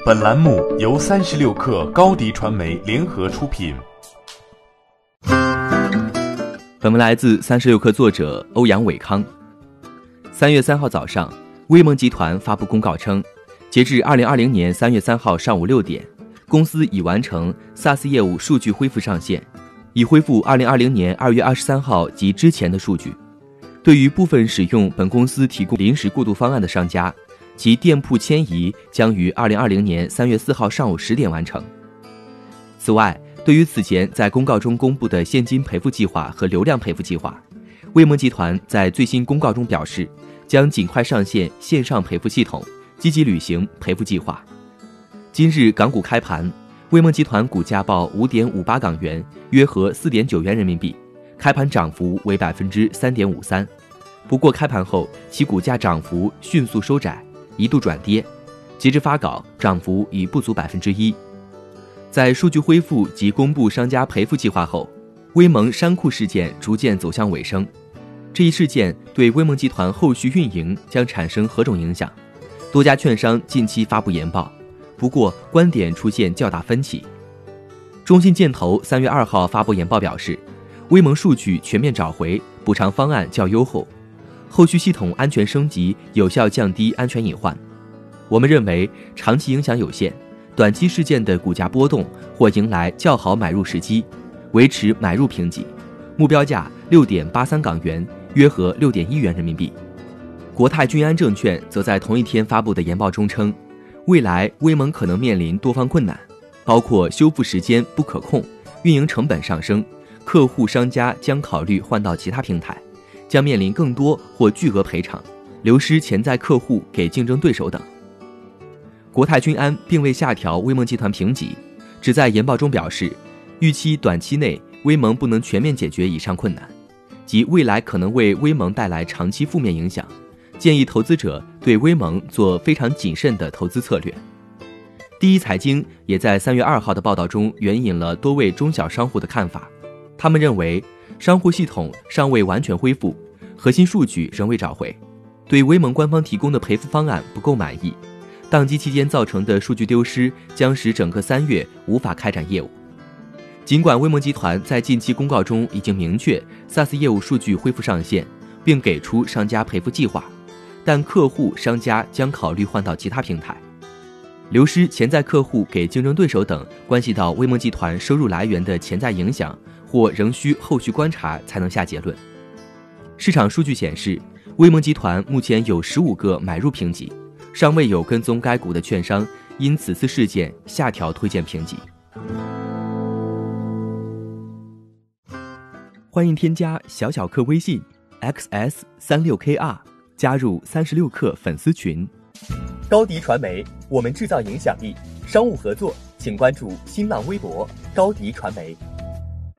本栏目由36氪高迪传媒联合出品。 本文来自36氪作者欧阳伟康。3月3号早上，威盟集团发布公告称，截至2020年3月3号上午6点，公司已完成 SaaS 业务数据恢复上线，已恢复2020年2月23号及之前的数据。对于部分使用本公司提供临时过渡方案的商家，其店铺迁移将于2020年3月4号上午10点完成。此外，对于此前在公告中公布的现金赔付计划和流量赔付计划，威盟集团在最新公告中表示，将尽快上线线上赔付系统，积极履行赔付计划。今日港股开盘，威盟集团股价报 5.58 港元，约合 4.9 元人民币，开盘涨幅为 3.53%。不过开盘后其股价涨幅迅速收窄，一度转跌，截至发稿涨幅已不足 1%。 在数据恢复及公布商家赔付计划后，威盟山库事件逐渐走向尾声。这一事件对威盟集团后续运营将产生何种影响？多家券商近期发布研报，不过观点出现较大分歧。中信建投3月2号发布研报表示，威盟数据全面找回，补偿方案较优厚，后续系统安全升级有效降低安全隐患。我们认为长期影响有限，短期事件的股价波动或迎来较好买入时机，维持买入评级，目标价 6.83 港元，约合 6.1 元人民币。国泰君安证券则在同一天发布的研报中称，未来威盟可能面临多方困难，包括修复时间不可控、运营成本上升，客户商家将考虑换到其他平台，将面临更多或巨额赔偿，流失潜在客户给竞争对手等。国泰君安并未下调威盟集团评级，只在研报中表示，预期短期内威盟不能全面解决以上困难，即未来可能为威盟带来长期负面影响，建议投资者对威盟做非常谨慎的投资策略。第一财经也在3月2号的报道中援引了多位中小商户的看法，他们认为商户系统尚未完全恢复，核心数据仍未找回，对威盟官方提供的赔付方案不够满意，宕机期间造成的数据丢失将使整个3月无法开展业务。尽管威盟集团在近期公告中已经明确 SaaS 业务数据恢复上线，并给出商家赔付计划，但客户商家将考虑换到其他平台。流失潜在客户给竞争对手等关系到威盟集团收入来源的潜在影响，或仍需后续观察才能下结论。市场数据显示，威盟集团目前有15个买入评级，尚未有跟踪该股的券商因此次事件下调推荐评级。欢迎添加小小客微信 xs36kr 加入36氪粉丝群。 高迪传媒，我们制造影响力。商务合作请关注新浪微博高迪传媒。